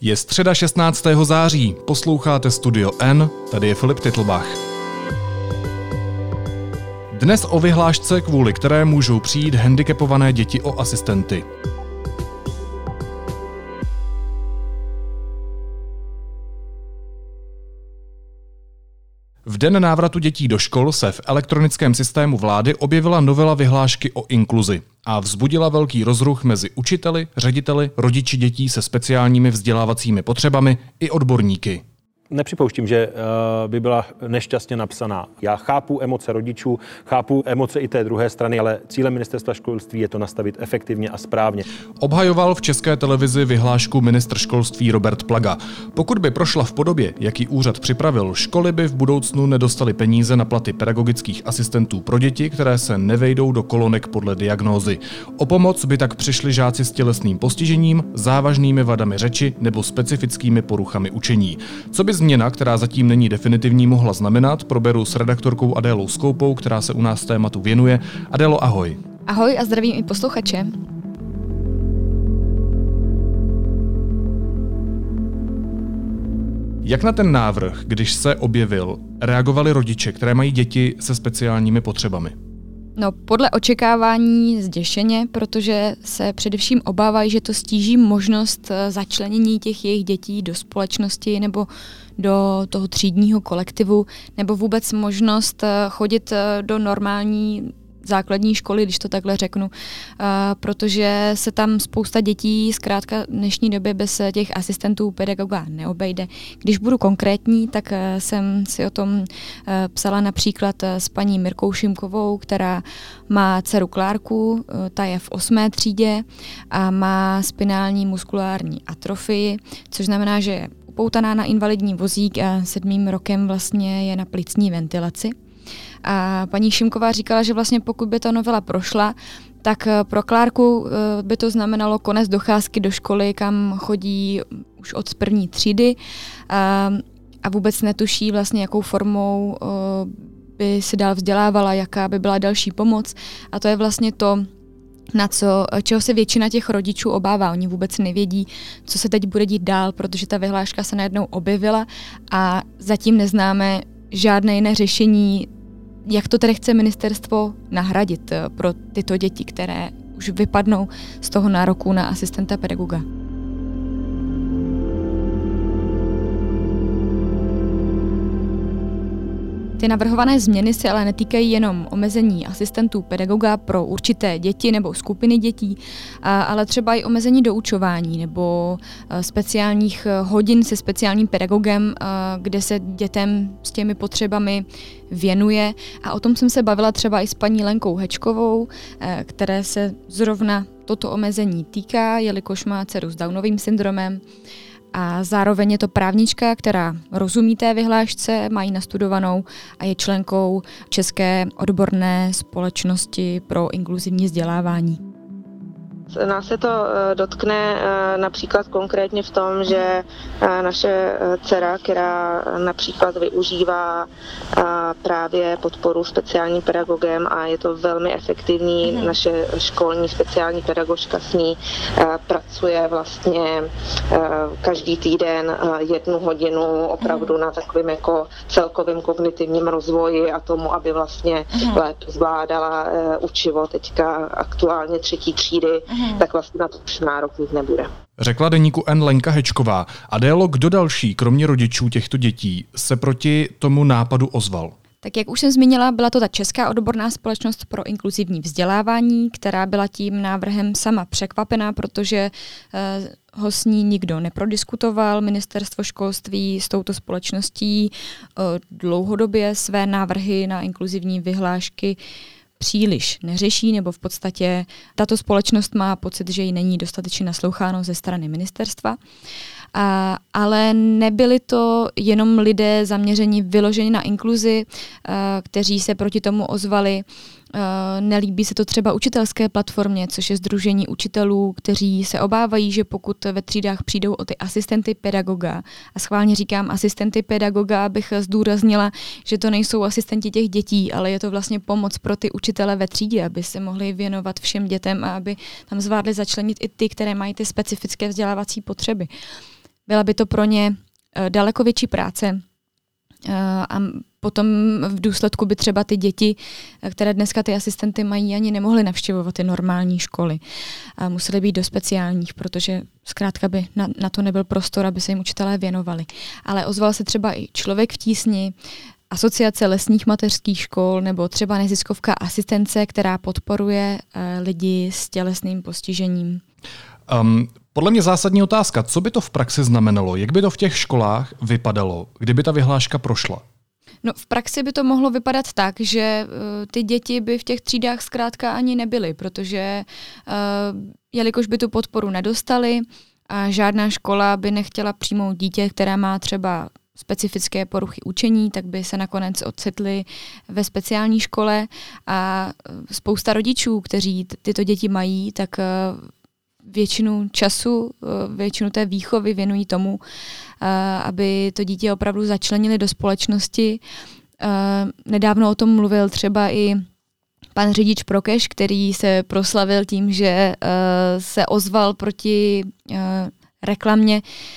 Je středa 16. září, posloucháte Studio N, tady je Filip Titlbach. Dnes o vyhlášce, kvůli které můžou přijít handicapované děti o asistenty. V den návratu dětí do škol se v elektronickém systému vlády objevila novela vyhlášky o inkluzi a vzbudila velký rozruch mezi učiteli, řediteli, rodiči dětí se speciálními vzdělávacími potřebami i odborníky. Nepřipouštím, že by byla nešťastně napsaná. Já chápu emoce rodičů, chápu emoce i té druhé strany, ale cílem ministerstva školství je to nastavit efektivně a správně. Obhajoval v České televizi vyhlášku ministr školství Robert Plaga. Pokud by prošla v podobě, jaký úřad připravil, školy by v budoucnu nedostaly peníze na platy pedagogických asistentů pro děti, které se nevejdou do kolonek podle diagnózy. O pomoc by tak přišli žáci s tělesným postižením, závažnými vadami řeči nebo specifickými poruchami učení. Co by změna, která zatím není definitivní, mohla znamenat, proberu s redaktorkou Adélou Skoupou, která se u nás tématu věnuje. Adélo, ahoj. Ahoj a zdravím i posluchače. Jak na ten návrh, když se objevil, reagovali rodiče, které mají děti se speciálními potřebami? No, podle očekávání zděšeně, protože se především obávají, že to stíží možnost začlenění těch jejich dětí do společnosti nebo do toho třídního kolektivu, nebo vůbec možnost chodit do normální základní školy, když to takhle řeknu, protože se tam spousta dětí zkrátka v dnešní době bez těch asistentů pedagoga neobejde. Když budu konkrétní, tak jsem si o tom psala například s paní Mirkou Šimkovou, která má dceru Klárku, ta je v 8. třídě a má spinální muskulární atrofii, což znamená, že je upoutaná na invalidní vozík a 7. rokem vlastně je na plicní ventilaci. A paní Šimková říkala, že vlastně pokud by ta novela prošla, tak pro Klárku by to znamenalo konec docházky do školy, kam chodí už od 1. třídy a vůbec netuší vlastně, jakou formou by se dál vzdělávala, jaká by byla další pomoc. A to je vlastně to, čeho se většina těch rodičů obává. Oni vůbec nevědí, co se teď bude dít dál, protože ta vyhláška se najednou objevila a zatím neznáme žádné jiné řešení, jak to tedy chce ministerstvo nahradit pro tyto děti, které už vypadnou z toho nároku na asistenta pedagoga. Ty navrhované změny se ale netýkají jenom omezení asistentů pedagoga pro určité děti nebo skupiny dětí, ale třeba i omezení doučování nebo speciálních hodin se speciálním pedagogem, kde se dětem s těmi potřebami věnuje. A o tom jsem se bavila třeba i s paní Lenkou Hečkovou, které se zrovna toto omezení týká, jelikož má dceru s Downovým syndromem. A zároveň je to právnička, která rozumí té vyhlášce, má ji nastudovanou a je členkou České odborné společnosti pro inkluzivní vzdělávání. Nás se to dotkne například konkrétně v tom, že naše dcera, která například využívá právě podporu speciálním pedagogem a je to velmi efektivní, naše školní speciální pedagožka s ní pracuje vlastně každý týden 1 hodinu opravdu na takovém jako celkovém kognitivním rozvoji a tomu, aby vlastně lépe zvládala učivo teďka aktuálně 3. třídy, tak vlastně na to už nárok mít nebude. Řekla deníku N Lenka Hečková. Adélo, kdo další, kromě rodičů těchto dětí, se proti tomu nápadu ozval? Tak jak už jsem zmínila, byla to ta Česká odborná společnost pro inkluzivní vzdělávání, která byla tím návrhem sama překvapená, protože ho s ní nikdo neprodiskutoval. Ministerstvo školství s touto společností dlouhodobě své návrhy na inkluzivní vyhlášky příliš neřeší, nebo v podstatě tato společnost má pocit, že jí není dostatečně nasloucháno ze strany ministerstva. Ale nebyli to jenom lidé zaměření vyloženi na inkluzi, kteří se proti tomu ozvali. Nelíbí se to třeba učitelské platformě, což je sdružení učitelů, kteří se obávají, že pokud ve třídách přijdou o ty asistenty pedagoga, a schválně říkám asistenty pedagoga, abych zdůraznila, že to nejsou asistenti těch dětí, ale je to vlastně pomoc pro ty učitele ve třídě, aby se mohli věnovat všem dětem a aby tam zvládli začlenit i ty, které mají ty specifické vzdělávací potřeby. Byla by to pro ně daleko větší práce a potom v důsledku by třeba ty děti, které dneska ty asistenty mají, ani nemohly navštěvovat ty normální školy. A musely být do speciálních, protože zkrátka by na to nebyl prostor, aby se jim učitelé věnovali. Ale ozval se třeba i Člověk v tísni, Asociace lesních mateřských škol nebo třeba neziskovka Asistence, která podporuje lidi s tělesným postižením. Podle mě zásadní otázka, co by to v praxi znamenalo? Jak by to v těch školách vypadalo, kdyby ta vyhláška prošla? No, v praxi by to mohlo vypadat tak, že ty děti by v těch třídách zkrátka ani nebyly, protože jelikož by tu podporu nedostali a žádná škola by nechtěla přijmout dítě, které má třeba specifické poruchy učení, tak by se nakonec ocitli ve speciální škole a spousta rodičů, kteří tyto děti mají, tak většinu času, většinu té výchovy věnují tomu, aby to dítě opravdu začlenili do společnosti. Nedávno o tom mluvil třeba i pan řidič Prokeš, který se proslavil tím, že se ozval proti reklamě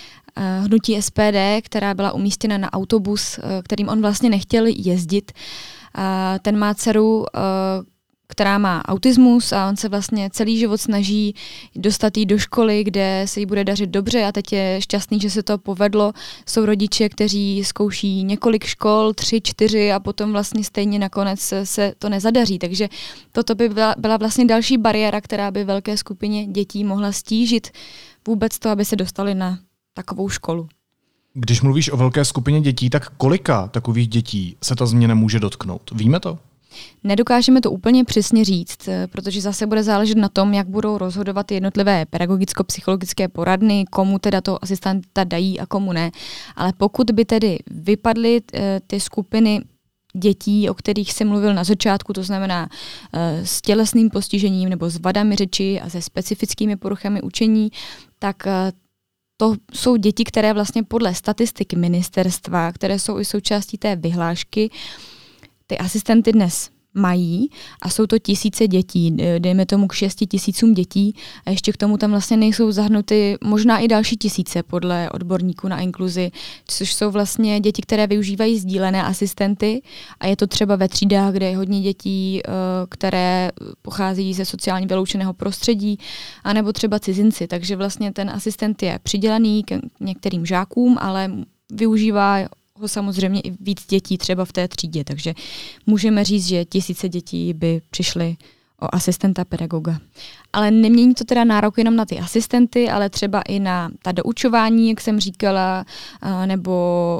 hnutí SPD, která byla umístěna na autobus, kterým on vlastně nechtěl jezdit. Ten má dceru, která má autismus a on se vlastně celý život snaží dostat jí do školy, kde se jí bude dařit dobře a teď je šťastný, že se to povedlo. Jsou rodiče, kteří zkouší několik škol, 3, 4 a potom vlastně stejně nakonec se to nezadaří. Takže toto by byla vlastně další bariéra, která by velké skupině dětí mohla stížit vůbec to, aby se dostali na takovou školu. Když mluvíš o velké skupině dětí, tak kolika takových dětí se ta změna může dotknout? Víme to? Nedokážeme to úplně přesně říct, protože zase bude záležet na tom, jak budou rozhodovat jednotlivé pedagogicko-psychologické poradny, komu teda to asistenta dají a komu ne. Ale pokud by tedy vypadly ty skupiny dětí, o kterých jsem mluvil na začátku, to znamená s tělesným postižením nebo s vadami řeči a se specifickými poruchami učení, tak to jsou děti, které vlastně podle statistiky ministerstva, které jsou i součástí té vyhlášky, ty asistenty dnes mají a jsou to tisíce dětí, dejme tomu k 6 000 dětí a ještě k tomu tam vlastně nejsou zahrnuty možná i další tisíce podle odborníků na inkluzi, což jsou vlastně děti, které využívají sdílené asistenty a je to třeba ve třídách, kde je hodně dětí, které pochází ze sociálně vyloučeného prostředí, anebo třeba cizinci, takže vlastně ten asistent je přidělený k některým žákům, ale využívá ho samozřejmě i víc dětí třeba v té třídě, takže můžeme říct, že tisíce dětí by přišly o asistenta pedagoga. Ale nemění to teda nárok jenom na ty asistenty, ale třeba i na ta doučování, jak jsem říkala, nebo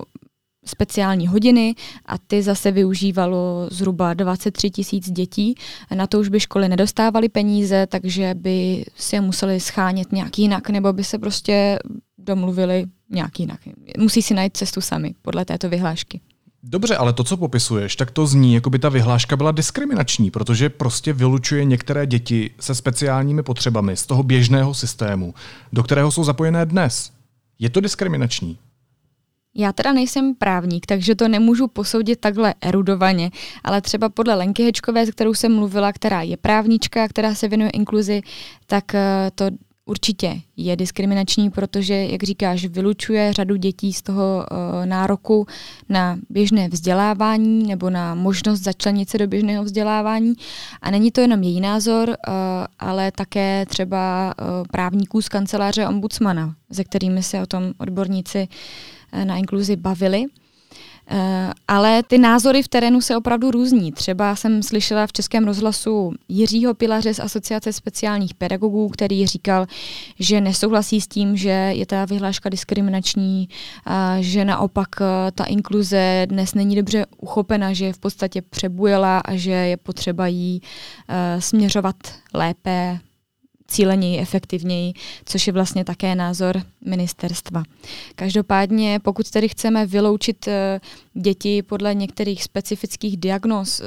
speciální hodiny a ty zase využívalo zhruba 23 000 dětí. Na to už by školy nedostávaly peníze, takže by si je museli schánět nějak jinak, nebo by se prostě domluvili nějak jinak. Musí si najít cestu sami podle této vyhlášky. Dobře, ale to, co popisuješ, tak to zní, jako by ta vyhláška byla diskriminační, protože prostě vylučuje některé děti se speciálními potřebami z toho běžného systému, do kterého jsou zapojené dnes. Je to diskriminační? Já teda nejsem právník, takže to nemůžu posoudit takhle erudovaně, ale třeba podle Lenky Hečkové, s kterou jsem mluvila, která je právnička, která se věnuje inkluzi, tak to určitě je diskriminační, protože, jak říkáš, vylučuje řadu dětí z toho nároku na běžné vzdělávání nebo na možnost začlenit se do běžného vzdělávání. A není to jenom její názor, ale také třeba právníků z kanceláře ombudsmana, se kterými se o tom odborníci na inkluzi bavili. Ale ty názory v terénu se opravdu různí. Třeba jsem slyšela v Českém rozhlasu Jiřího Pilaře z Asociace speciálních pedagogů, který říkal, že nesouhlasí s tím, že je ta vyhláška diskriminační, že naopak ta inkluze dnes není dobře uchopena, že je v podstatě přebujela a že je potřeba jí směřovat lépe, cíleněji, efektivněji, což je vlastně také názor ministerstva. Každopádně, pokud tedy chceme vyloučit děti podle některých specifických diagnóz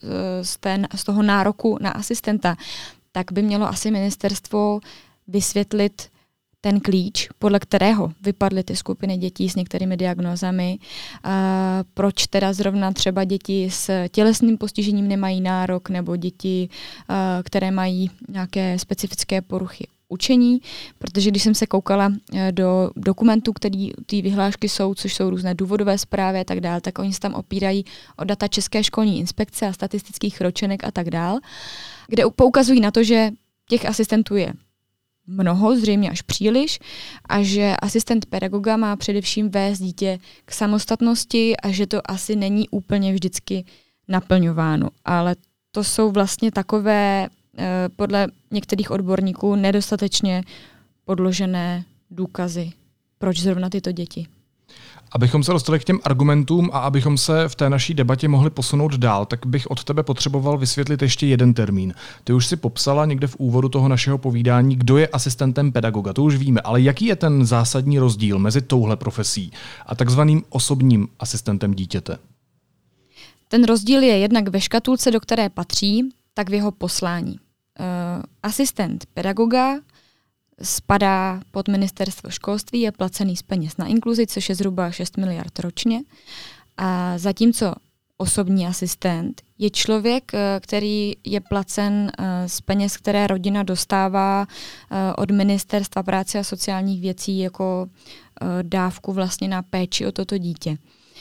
z toho nároku na asistenta, tak by mělo asi ministerstvo vysvětlit ten klíč, podle kterého vypadly ty skupiny dětí s některými diagnózami, proč teda zrovna třeba děti s tělesným postižením nemají nárok, nebo děti, které mají nějaké specifické poruchy učení, protože když jsem se koukala do dokumentů, které ty vyhlášky jsou, což jsou různé důvodové zprávy a tak dále, tak oni se tam opírají o data České školní inspekce a statistických ročenek a tak dále, kde poukazují na to, že těch asistentů je mnoho, zřejmě až příliš, a že asistent pedagoga má především vést dítě k samostatnosti a že to asi není úplně vždycky naplňováno. Ale to jsou vlastně takové, podle některých odborníků, nedostatečně podložené důkazy, proč zrovna tyto děti. Abychom se dostali k těm argumentům a abychom se v té naší debatě mohli posunout dál, tak bych od tebe potřeboval vysvětlit ještě jeden termín. Ty už si popsala někde v úvodu toho našeho povídání, kdo je asistentem pedagoga, to už víme, ale jaký je ten zásadní rozdíl mezi touhle profesí a takzvaným osobním asistentem dítěte? Ten rozdíl je jednak ve škatulce, do které patří, tak v jeho poslání. Asistent pedagoga spadá pod ministerstvo školství, je placený z peněz na inkluzi, což je zhruba 6 miliard ročně. A zatímco osobní asistent je člověk, který je placen z peněz, které rodina dostává od ministerstva práce a sociálních věcí jako dávku vlastně na péči o toto dítě.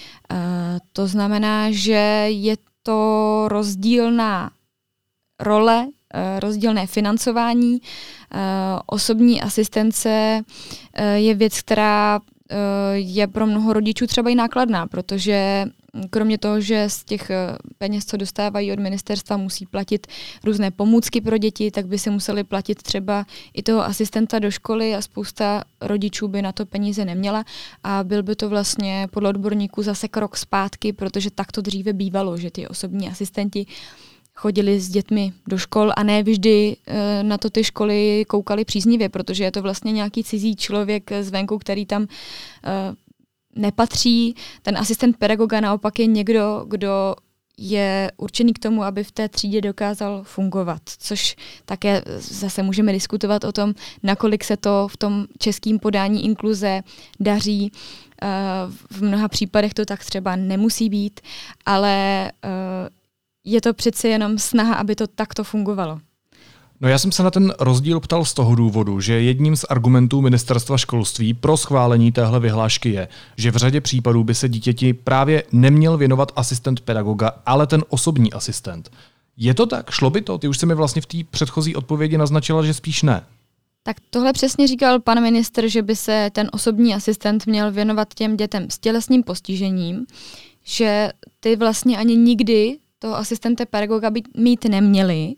To znamená, že je to rozdílná role, rozdílné financování. Osobní asistence je věc, která je pro mnoho rodičů třeba i nákladná, protože kromě toho, že z těch peněz, co dostávají od ministerstva, musí platit různé pomůcky pro děti, tak by se museli platit třeba i toho asistenta do školy a spousta rodičů by na to peníze neměla a byl by to vlastně podle odborníků zase krok zpátky, protože tak to dříve bývalo, že ty osobní asistenti chodili s dětmi do škol a ne vždy na to ty školy koukali příznivě, protože je to vlastně nějaký cizí člověk zvenku, který tam nepatří. Ten asistent pedagoga naopak je někdo, kdo je určený k tomu, aby v té třídě dokázal fungovat, což také zase můžeme diskutovat o tom, nakolik se to v tom českém podání inkluze daří. V mnoha případech to tak třeba nemusí být, ale je to přece jenom snaha, aby to takto fungovalo. No já jsem se na ten rozdíl ptal z toho důvodu, že jedním z argumentů ministerstva školství pro schválení téhle vyhlášky je, že v řadě případů by se dítěti právě neměl věnovat asistent pedagoga, ale ten osobní asistent. Je to tak? Šlo by to? Ty už jsi mi vlastně v té předchozí odpovědi naznačila, že spíš ne. Tak tohle přesně říkal pan ministr, že by se ten osobní asistent měl věnovat těm dětem s tělesným postižením, že ty vlastně ani nikdy toho asistenta pedagoga mít neměli,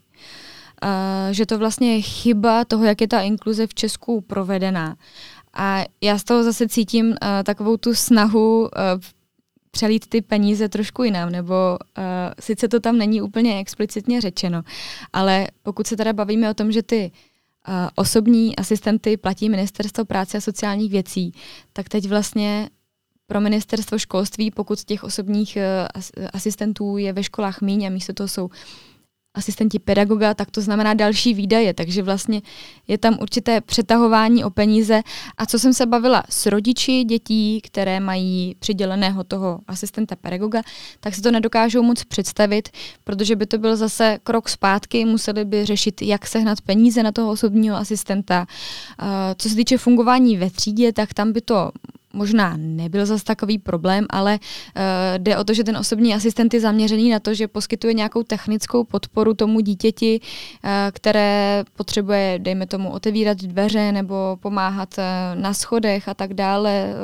že to vlastně je chyba toho, jak je ta inkluze v Česku provedená. A já z toho zase cítím takovou tu snahu přelít ty peníze trošku jinam, nebo sice to tam není úplně explicitně řečeno, ale pokud se teda bavíme o tom, že ty osobní asistenty platí ministerstvo práce a sociálních věcí, tak teď vlastně pro ministerstvo školství, pokud těch osobních asistentů je ve školách míň a místo toho jsou asistenti pedagoga, tak to znamená další výdaje, takže vlastně je tam určité přetahování o peníze. A co jsem se bavila s rodiči dětí, které mají přiděleného toho asistenta pedagoga, tak si to nedokážou moc představit, protože by to byl zase krok zpátky, museli by řešit, jak sehnat peníze na toho osobního asistenta. Co se týče fungování ve třídě, tak tam by to možná nebyl zase takový problém, ale jde o to, že ten osobní asistent je zaměřený na to, že poskytuje nějakou technickou podporu tomu dítěti, které potřebuje, dejme tomu, otevírat dveře nebo pomáhat na schodech a tak dále.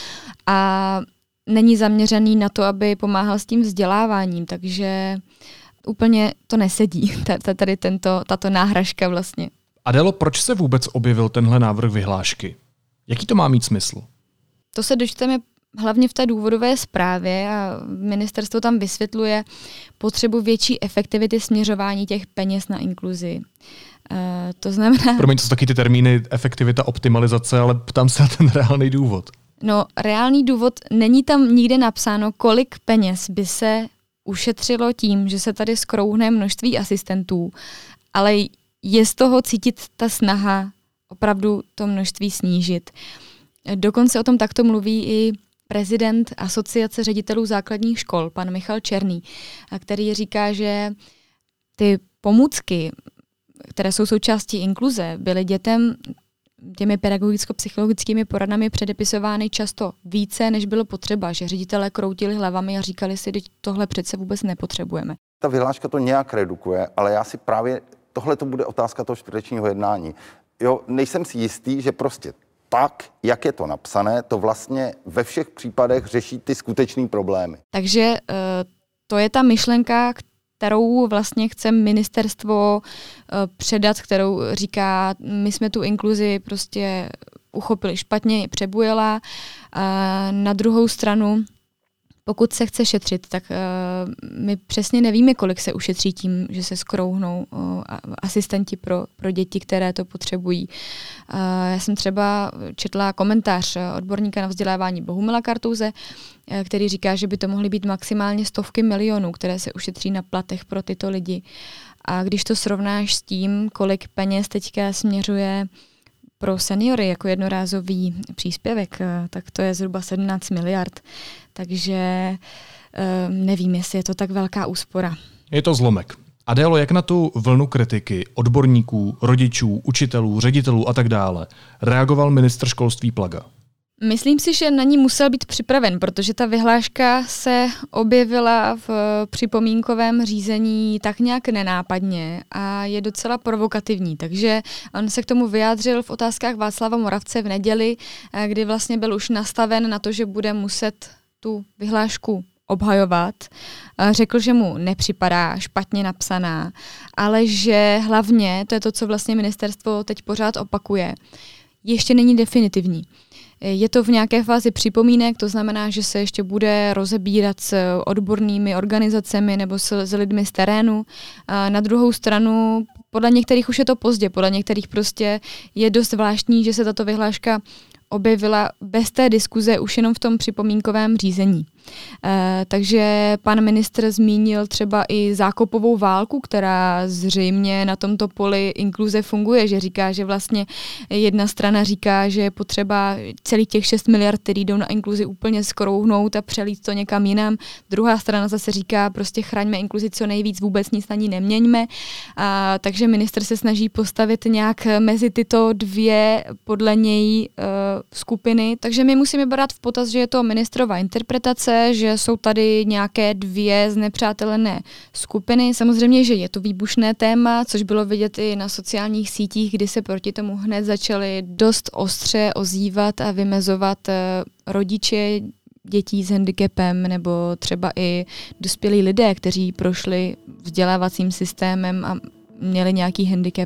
A není zaměřený na to, aby pomáhal s tím vzděláváním, takže úplně to nesedí, tady tato náhražka vlastně. Adélo, proč se vůbec objevil tenhle návrh vyhlášky? Jaký to má mít smysl? To se dočteme hlavně v té důvodové zprávě a ministerstvo tam vysvětluje potřebu větší efektivity směřování těch peněz na inkluzi. To znamená... Promiň, to jsou taky ty termíny efektivita, optimalizace, ale ptám se na ten reálný důvod. No, reálný důvod, není tam nikde napsáno, kolik peněz by se ušetřilo tím, že se tady skrouhne množství asistentů, ale je z toho cítit ta snaha opravdu to množství snížit. Dokonce o tom takto mluví i prezident Asociace ředitelů základních škol, pan Michal Černý, který říká, že ty pomůcky, které jsou součástí inkluze, byly dětem těmi pedagogicko-psychologickými poradnami předepisovány často více, než bylo potřeba, že ředitelé kroutili hlavami a říkali si, že tohle přece vůbec nepotřebujeme. Ta vyhláška to nějak redukuje, ale já si právě, tohle to bude otázka toho čtvrtečního jednání. Jo, nejsem si jistý, že prostě tak, jak je to napsané, to vlastně ve všech případech řeší ty skutečné problémy. Takže to je ta myšlenka, kterou vlastně chce ministerstvo předat, kterou říká, my jsme tu inkluzi prostě uchopili špatně, přebujela. Na druhou stranu, pokud se chce šetřit, tak my přesně nevíme, kolik se ušetří tím, že se skrouhnou asistenti pro děti, které to potřebují. Já jsem třeba četla komentář odborníka na vzdělávání Bohumila Kartouze, který říká, že by to mohly být maximálně stovky milionů, které se ušetří na platech pro tyto lidi. A když to srovnáš s tím, kolik peněz teďka směřuje pro seniory jako jednorázový příspěvek, tak to je zhruba 17 miliard. Takže nevím, jestli je to tak velká úspora. Je to zlomek. Adélo, jak na tu vlnu kritiky odborníků, rodičů, učitelů, ředitelů a tak dále reagoval ministr školství Plaga? Myslím si, že na ní musel být připraven, protože ta vyhláška se objevila v připomínkovém řízení tak nějak nenápadně a je docela provokativní. Takže on se k tomu vyjádřil v Otázkách Václava Moravce v neděli, kdy vlastně byl už nastaven na to, že bude muset tu vyhlášku obhajovat. Řekl, že mu nepřipadá špatně napsaná, ale že hlavně, to je to, co vlastně ministerstvo teď pořád opakuje, ještě není definitivní. Je to v nějaké fázi připomínek, to znamená, že se ještě bude rozebírat s odbornými organizacemi nebo s lidmi z terénu. A na druhou stranu, podle některých už je to pozdě, podle některých prostě je dost zvláštní, že se tato vyhláška objevila bez té diskuze už jenom v tom připomínkovém řízení. Takže pan ministr zmínil třeba i zákopovou válku, která zřejmě na tomto poli inkluze funguje, že říká, že vlastně jedna strana říká, že je potřeba celých těch 6 miliard, které jdou na inkluzi, úplně skrouhnout a přelít to někam jinam. Druhá strana zase říká, prostě chraňme inkluzi co nejvíc, vůbec nic na ní neměňme. Takže ministr se snaží postavit nějak mezi tyto dvě podle něj skupiny. Takže my musíme brát v potaz, že je to ministrova interpretace, že jsou tady nějaké dvě znepřátelené skupiny. Samozřejmě, že je to výbušné téma, což bylo vidět i na sociálních sítích, kdy se proti tomu hned začali dost ostře ozývat a vymezovat rodiče dětí s handicapem nebo třeba i dospělí lidé, kteří prošli vzdělávacím systémem a měli nějaký handicap.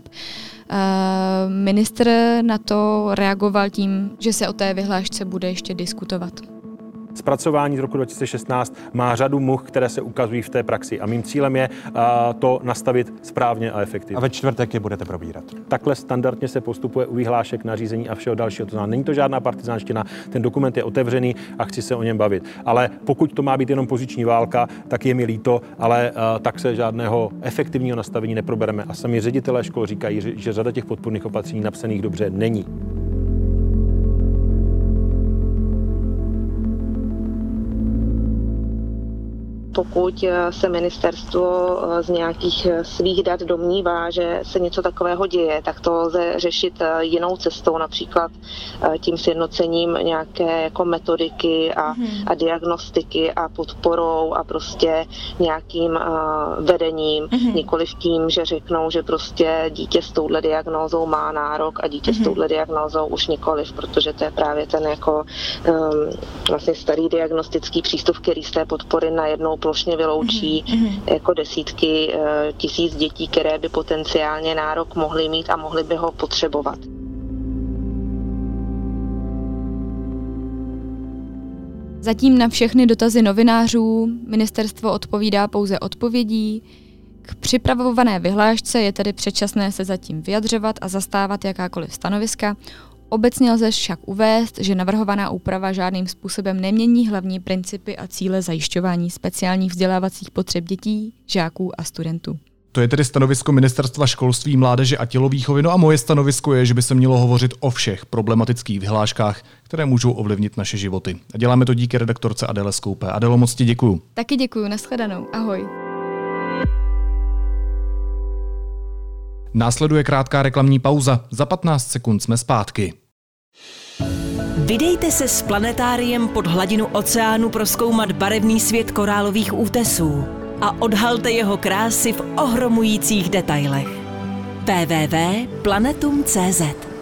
Ministr na to reagoval tím, že se o té vyhlášce bude ještě diskutovat. Zpracování z roku 2016 má řadu much, které se ukazují v té praxi a mým cílem je to nastavit správně a efektivně. A ve čtvrtek je budete probírat? Takhle standardně se postupuje u vyhlášek, nařízení a všeho dalšího. To znamená, není to žádná partizánština, ten dokument je otevřený a chci se o něm bavit. Ale pokud to má být jenom poziční válka, tak je mi líto, ale tak se žádného efektivního nastavení neprobereme. A sami ředitelé škol říkají, že řada těch podpůrných opatření napsaných dobře není. Pokud se ministerstvo z nějakých svých dat domnívá, že se něco takového děje, tak to lze řešit jinou cestou, například tím sjednocením nějaké jako metodiky a diagnostiky a podporou a prostě nějakým vedením, nikoliv tím, že řeknou, že prostě dítě s touhle diagnózou má nárok a dítě s touhle diagnózou už nikoliv, protože to je právě ten jako vlastně starý diagnostický přístup, který z té podpory najednou plošně vyloučí jako desítky tisíc dětí, které by potenciálně nárok mohly mít a mohly by ho potřebovat. Zatím na všechny dotazy novinářů ministerstvo odpovídá pouze odpovědí. K připravované vyhlášce je tedy předčasné se zatím vyjadřovat a zastávat jakákoliv stanoviska. Obecně lze však uvést, že navrhovaná úprava žádným způsobem nemění hlavní principy a cíle zajišťování speciálních vzdělávacích potřeb dětí, žáků a studentů. To je tedy stanovisko Ministerstva školství, mládeže a tělovýchovy. No a moje stanovisko je, že by se mělo hovořit o všech problematických vyhláškách, které můžou ovlivnit naše životy. A děláme to díky redaktorce Adéle Skoupé. Adélo, moc ti děkuju. Taky děkuju, nashledanou. Ahoj. Následuje krátká reklamní pauza. Za 15 sekund jsme zpátky. Vydejte se s planetáriem pod hladinu oceánu prozkoumat barevný svět korálových útesů a odhalte jeho krásy v ohromujících detailech. www.planetum.cz.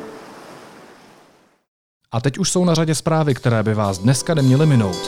A teď už jsou na řadě zprávy, které by vás dneska neměly minout.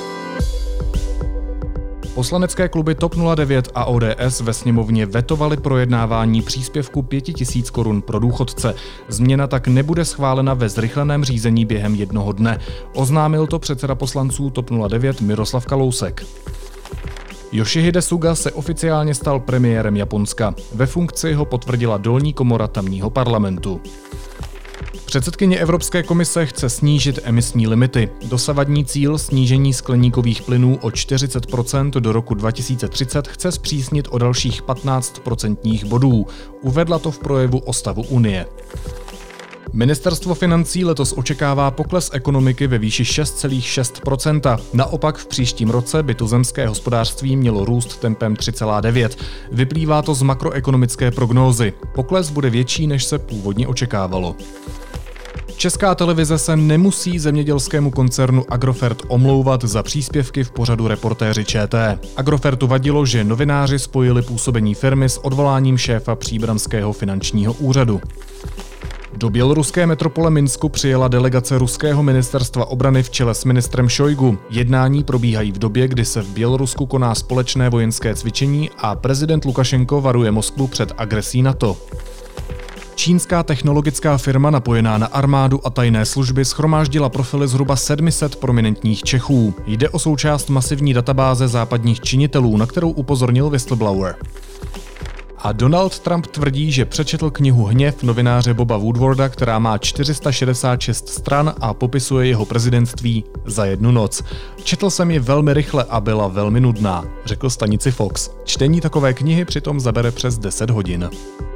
Poslanecké kluby TOP 09 a ODS ve sněmovně vetovaly projednávání příspěvku 5 000 korun pro důchodce. Změna tak nebude schválena ve zrychleném řízení během jednoho dne. Oznámil to předseda poslanců TOP 09 Miroslav Kalousek. Yoshihide Suga se oficiálně stal premiérem Japonska. Ve funkci ho potvrdila dolní komora tamního parlamentu. Předsedkyně Evropské komise chce snížit emisní limity. Dosavadní cíl snížení skleníkových plynů o 40% do roku 2030 chce zpřísnit o dalších 15% bodů. Uvedla to v projevu o stavu Unie. Ministerstvo financí letos očekává pokles ekonomiky ve výši 6,6%. Naopak v příštím roce by tuzemské hospodářství mělo růst tempem 3,9%. Vyplývá to z makroekonomické prognózy. Pokles bude větší, než se původně očekávalo. Česká televize se nemusí zemědělskému koncernu Agrofert omlouvat za příspěvky v pořadu Reportéři ČT. Agrofertu vadilo, že novináři spojili působení firmy s odvoláním šéfa příbramského finančního úřadu. Do běloruské metropole Minsku přijela delegace ruského ministerstva obrany v čele s ministrem Šojgu. Jednání probíhají v době, kdy se v Bělorusku koná společné vojenské cvičení a prezident Lukašenko varuje Moskvu před agresí NATO. Čínská technologická firma napojená na armádu a tajné služby shromáždila profily zhruba 700 prominentních Čechů. Jde o součást masivní databáze západních činitelů, na kterou upozornil whistleblower. A Donald Trump tvrdí, že přečetl knihu Hněv novináře Boba Woodwarda, která má 466 stran a popisuje jeho prezidentství za jednu noc. Četl jsem ji velmi rychle a byla velmi nudná, řekl stanici Fox. Čtení takové knihy přitom zabere přes 10 hodin.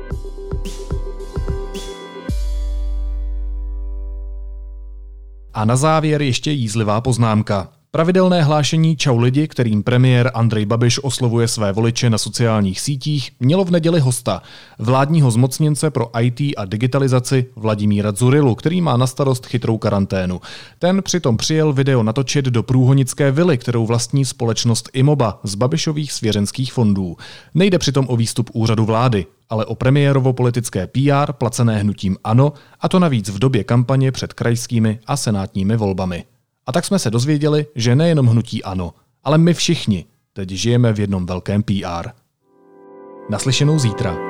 A na závěr ještě jízlivá poznámka. Pravidelné hlášení Čau lidi, kterým premiér Andrej Babiš oslovuje své voliče na sociálních sítích, mělo v neděli hosta, vládního zmocněnce pro IT a digitalizaci Vladimíra Dzurilu, který má na starost chytrou karanténu. Ten přitom přijel video natočit do průhonické vily, kterou vlastní společnost Imoba z Babišových svěřenských fondů. Nejde přitom o výstup úřadu vlády, ale o premiérovo politické PR placené hnutím ANO, a to navíc v době kampaně před krajskými a senátními volbami. A tak jsme se dozvěděli, že nejenom hnutí ANO, ale my všichni teď žijeme v jednom velkém PR. Naslyšenou zítra.